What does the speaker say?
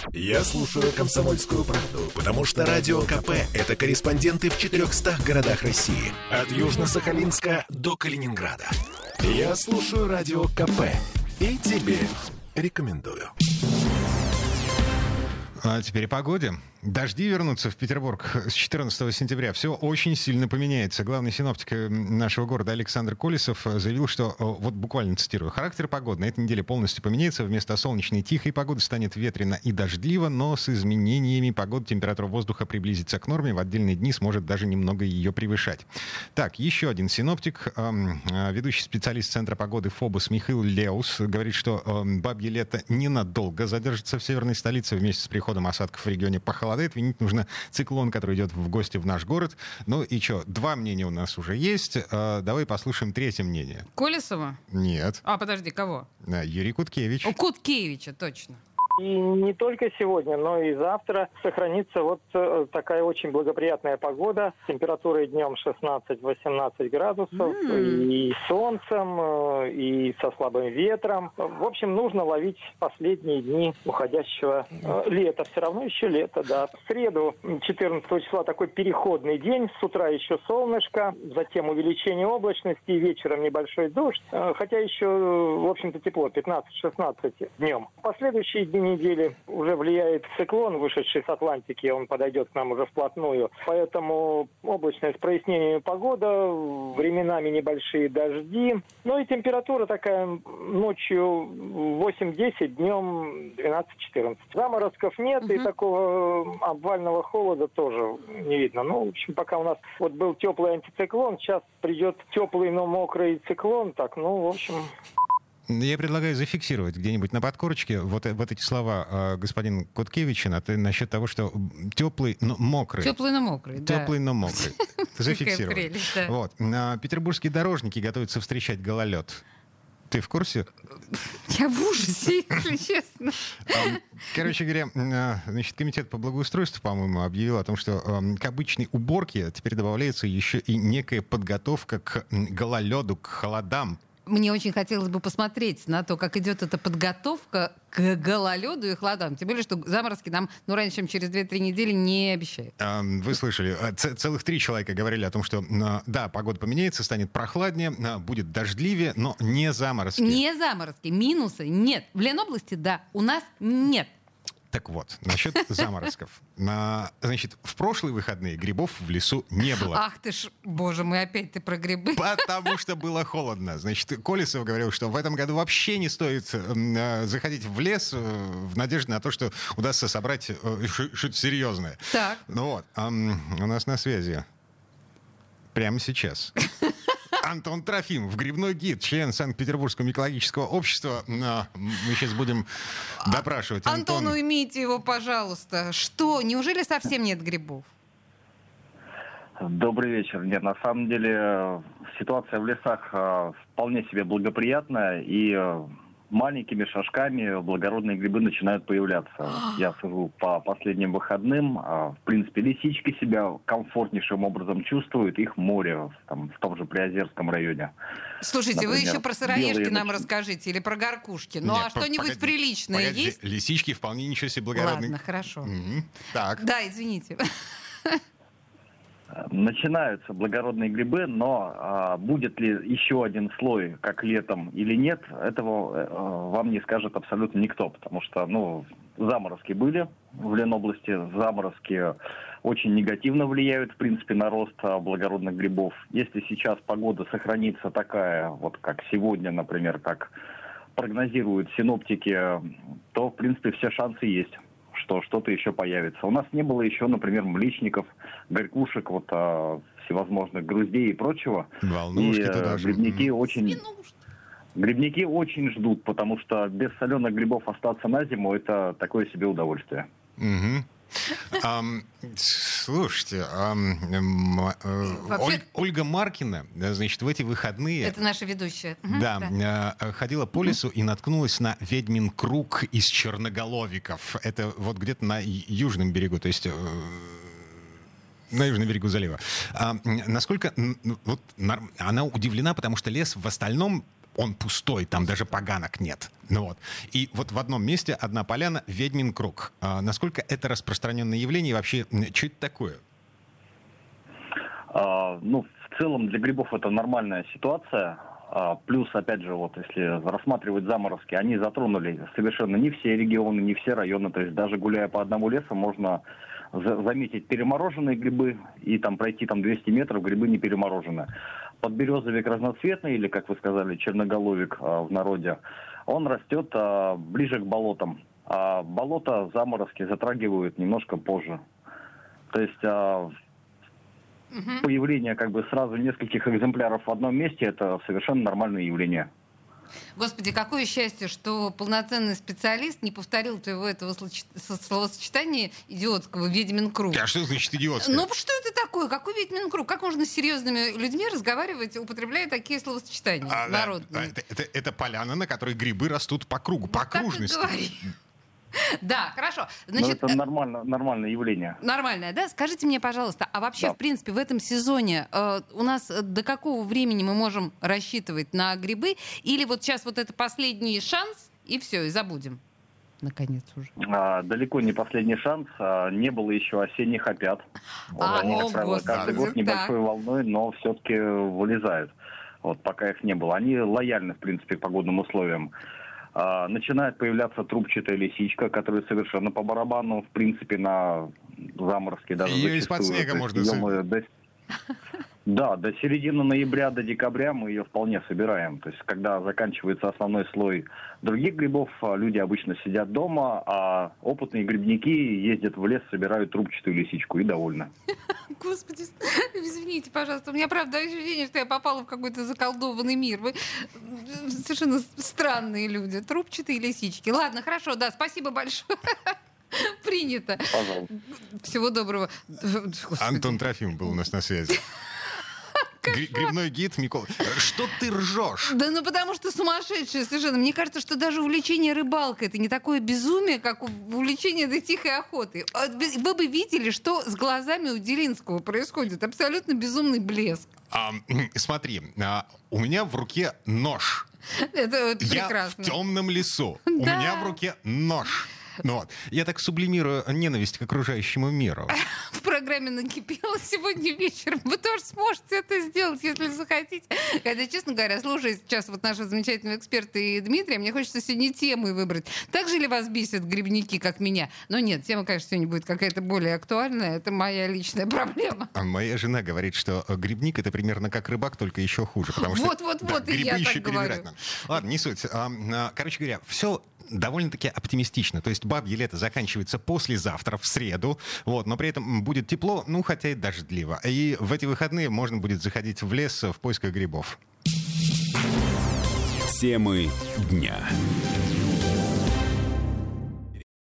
Я слушаю «Комсомольскую правду», потому что Радио КП – это корреспонденты в 400 городах России. От Южно-Сахалинска до Калининграда. Я слушаю Радио КП и тебе рекомендую. А теперь о погоде. Дожди вернутся в Петербург с 14 сентября. Все очень сильно поменяется. Главный синоптик нашего города Александр Колесов заявил, что, вот буквально цитирую, характер погоды на этой неделе полностью поменяется. Вместо солнечной тихой погоды станет ветрено и дождливо, но с изменениями погоды температура воздуха приблизится к норме. В отдельные дни сможет даже немного ее превышать. Так, еще один синоптик, ведущий специалист Центра погоды ФОБОС Михаил Леус, говорит, что бабье лето ненадолго задержится в северной столице. Вместе с приходом осадков в регионе похолодает. Винить нужно циклон, который идет в гости в наш город. Ну и что, два мнения у нас уже есть. Давай послушаем третье мнение. Колесова? Нет. Подожди, кого? Юрий Куткевич. У Куткевича, точно. И не только сегодня, но и завтра сохранится вот такая очень благоприятная погода. Температура днем 16-18 градусов. И солнцем, и со слабым ветром. В общем, нужно ловить последние дни уходящего лета. Все равно еще лето, да. В среду, 14 числа, такой переходный день. С утра еще солнышко, затем увеличение облачности, и вечером небольшой дождь. Хотя еще, в общем-то, тепло, 15-16 днем. Последующие дни недели уже влияет циклон, вышедший с Атлантики, он подойдет к нам уже вплотную. Поэтому облачная с прояснениями погода, временами небольшие дожди. Ну и температура такая ночью 8-10, днем 12-14. Заморозков нет, и такого обвального холода тоже не видно. Ну, в общем, пока у нас вот был теплый антициклон, сейчас придет теплый, но мокрый циклон. Так, ну, в общем... Я предлагаю зафиксировать где-нибудь на подкорочке вот эти слова господина Куткевича насчет того, что теплый, но мокрый. Теплый, но мокрый, да. Теплый, но мокрый. Зафиксировать. Вот. Петербургские дорожники готовятся встречать гололед. Ты в курсе? Я в ужасе, если честно. Короче говоря, значит, комитет по благоустройству, по-моему, объявил о том, что к обычной уборке теперь добавляется еще и некая подготовка к гололеду, к холодам. Мне очень хотелось бы посмотреть на то, как идет эта подготовка к гололеду и холодам. Тем более, что заморозки нам раньше, чем через 2-3 недели не обещают. Вы слышали, целых 3 человека говорили о том, что да, погода поменяется, станет прохладнее, будет дождливее, но не заморозки. Не заморозки. Минусы нет. В Ленобласти, да, у нас нет. Так вот, насчет заморозков. Значит, в прошлые выходные грибов в лесу не было. Ах ты ж, боже мой, опять ты про грибы. Потому что было холодно. Значит, Колесов говорил, что в этом году вообще не стоит заходить в лес в надежде на то, что удастся собрать что-то серьезное. Так. Ну вот, у нас на связи прямо сейчас Антон Трофимов, грибной гид, член Санкт-Петербургского микологического общества. Мы сейчас будем допрашивать Антона. Антон, уймите его, пожалуйста. Что, неужели совсем нет грибов? Добрый вечер. Нет, на самом деле ситуация в лесах вполне себе благоприятная, и маленькими шажками благородные грибы начинают появляться. Я сужу по последним выходным. В принципе, лисички себя комфортнейшим образом чувствуют. Их море в том же Приозерском районе. Слушайте, например, вы еще про сыроежки нам расскажите или про горкушки. Ну, а что-нибудь приличное есть? Лисички вполне ничего себе благородные. Ладно, хорошо. Так. Да, извините. Начинаются благородные грибы, но будет ли еще один слой, как летом, или нет, этого вам не скажет абсолютно никто, потому что, заморозки были в Ленобласти, заморозки очень негативно влияют, в принципе, на рост благородных грибов. Если сейчас погода сохранится такая, вот как сегодня, например, как прогнозируют синоптики, то, в принципе, все шансы есть, что что-то еще появится. У нас не было еще, например, млечников, горькушек, всевозможных груздей и прочего. Волнушки туда же. Грибники очень ждут, потому что без соленых грибов остаться на зиму — это такое себе удовольствие. Слушайте, Ольга Маркина, значит, в эти выходные... Это наша ведущая. Да, ходила по лесу и наткнулась на ведьмин круг из черноголовиков. Это вот где-то на южном берегу, то есть... на южном берегу залива. Насколько она удивлена, потому что лес в остальном он пустой, там даже поганок нет. Ну вот. И вот в одном месте одна поляна — ведьмин круг. Насколько это распространенное явление и вообще, что это такое? Ну, в целом для грибов это нормальная ситуация. Плюс, опять же, вот если рассматривать заморозки, они затронули совершенно не все регионы, не все районы. То есть даже гуляя по одному лесу, можно заметить перемороженные грибы и там пройти 200 метров, грибы не перемороженные. Подберезовик разноцветный, или, как вы сказали, черноголовик в народе, он растет ближе к болотам. А болота заморозки затрагивают немножко позже. То есть появление сразу нескольких экземпляров в одном месте — это совершенно нормальное явление. Господи, какое счастье, что полноценный специалист не повторил твоего этого словосочетания идиотского «ведьмин круг». А что значит идиотское? Ну, что это такое? Какой ведьмин круг? Как можно с серьезными людьми разговаривать, употребляя такие словосочетания народные? Да, это поляна, на которой грибы растут по кругу, по окружности. Да, хорошо. Значит, это нормальное явление. Нормальное, да? Скажите мне, пожалуйста, а вообще, в принципе, в этом сезоне у нас до какого времени мы можем рассчитывать на грибы? Или вот сейчас вот это последний шанс, и все, и забудем? Наконец уже. Далеко не последний шанс. Не было еще осенних опят. Они, как правило, каждый год небольшой волной, но все-таки вылезают. Вот пока их не было. Они лояльны, в принципе, к погодным условиям. Начинает появляться трубчатая лисичка, которая совершенно по барабану, в принципе, на заморозке даже ее из-под снега можно собирать. Да, до середины ноября, до декабря мы ее вполне собираем. То есть, когда заканчивается основной слой других грибов, люди обычно сидят дома, а опытные грибники ездят в лес, собирают трубчатую лисичку и довольны. Господи, извините, пожалуйста, у меня, правда, ощущение, что я попала в какой-то заколдованный мир. Вы совершенно странные люди. Трубчатые лисички. Ладно, хорошо, да, спасибо большое. Принято. Пожалуйста. Всего доброго. Антон Трофимов был у нас на связи. Грибной гид Микола. Что ты ржешь? Да ну потому что сумасшедшие совершенно. Мне кажется, что даже увлечение рыбалкой — это не такое безумие, как увлечение этой тихой охотой. Вы бы видели, что с глазами у Делинского происходит. Абсолютно безумный блеск. Смотри, у меня в руке нож. Это прекрасно. Я в темном лесу. Да. У меня в руке нож. Ну вот. Я так сублимирую ненависть к окружающему миру. В программе «Накипело» сегодня вечером вы тоже сможете это сделать, если захотите. Хотя, честно говоря, слушая сейчас вот нашего замечательного эксперта и Дмитрия, мне хочется сегодня темы выбрать. Так же ли вас бесят грибники, как меня? Но нет, тема, конечно, сегодня будет какая-то более актуальная. Это моя личная проблема. А моя жена говорит, что грибник — это примерно как рыбак, только еще хуже. Потому что вот, и я так говорю. Ладно, не суть. Короче говоря, все довольно-таки оптимистично. То есть бабье лето заканчивается послезавтра, в среду. Вот, но при этом будет тепло, ну, хотя и дождливо. И в эти выходные можно будет заходить в лес в поисках грибов. Темы дня.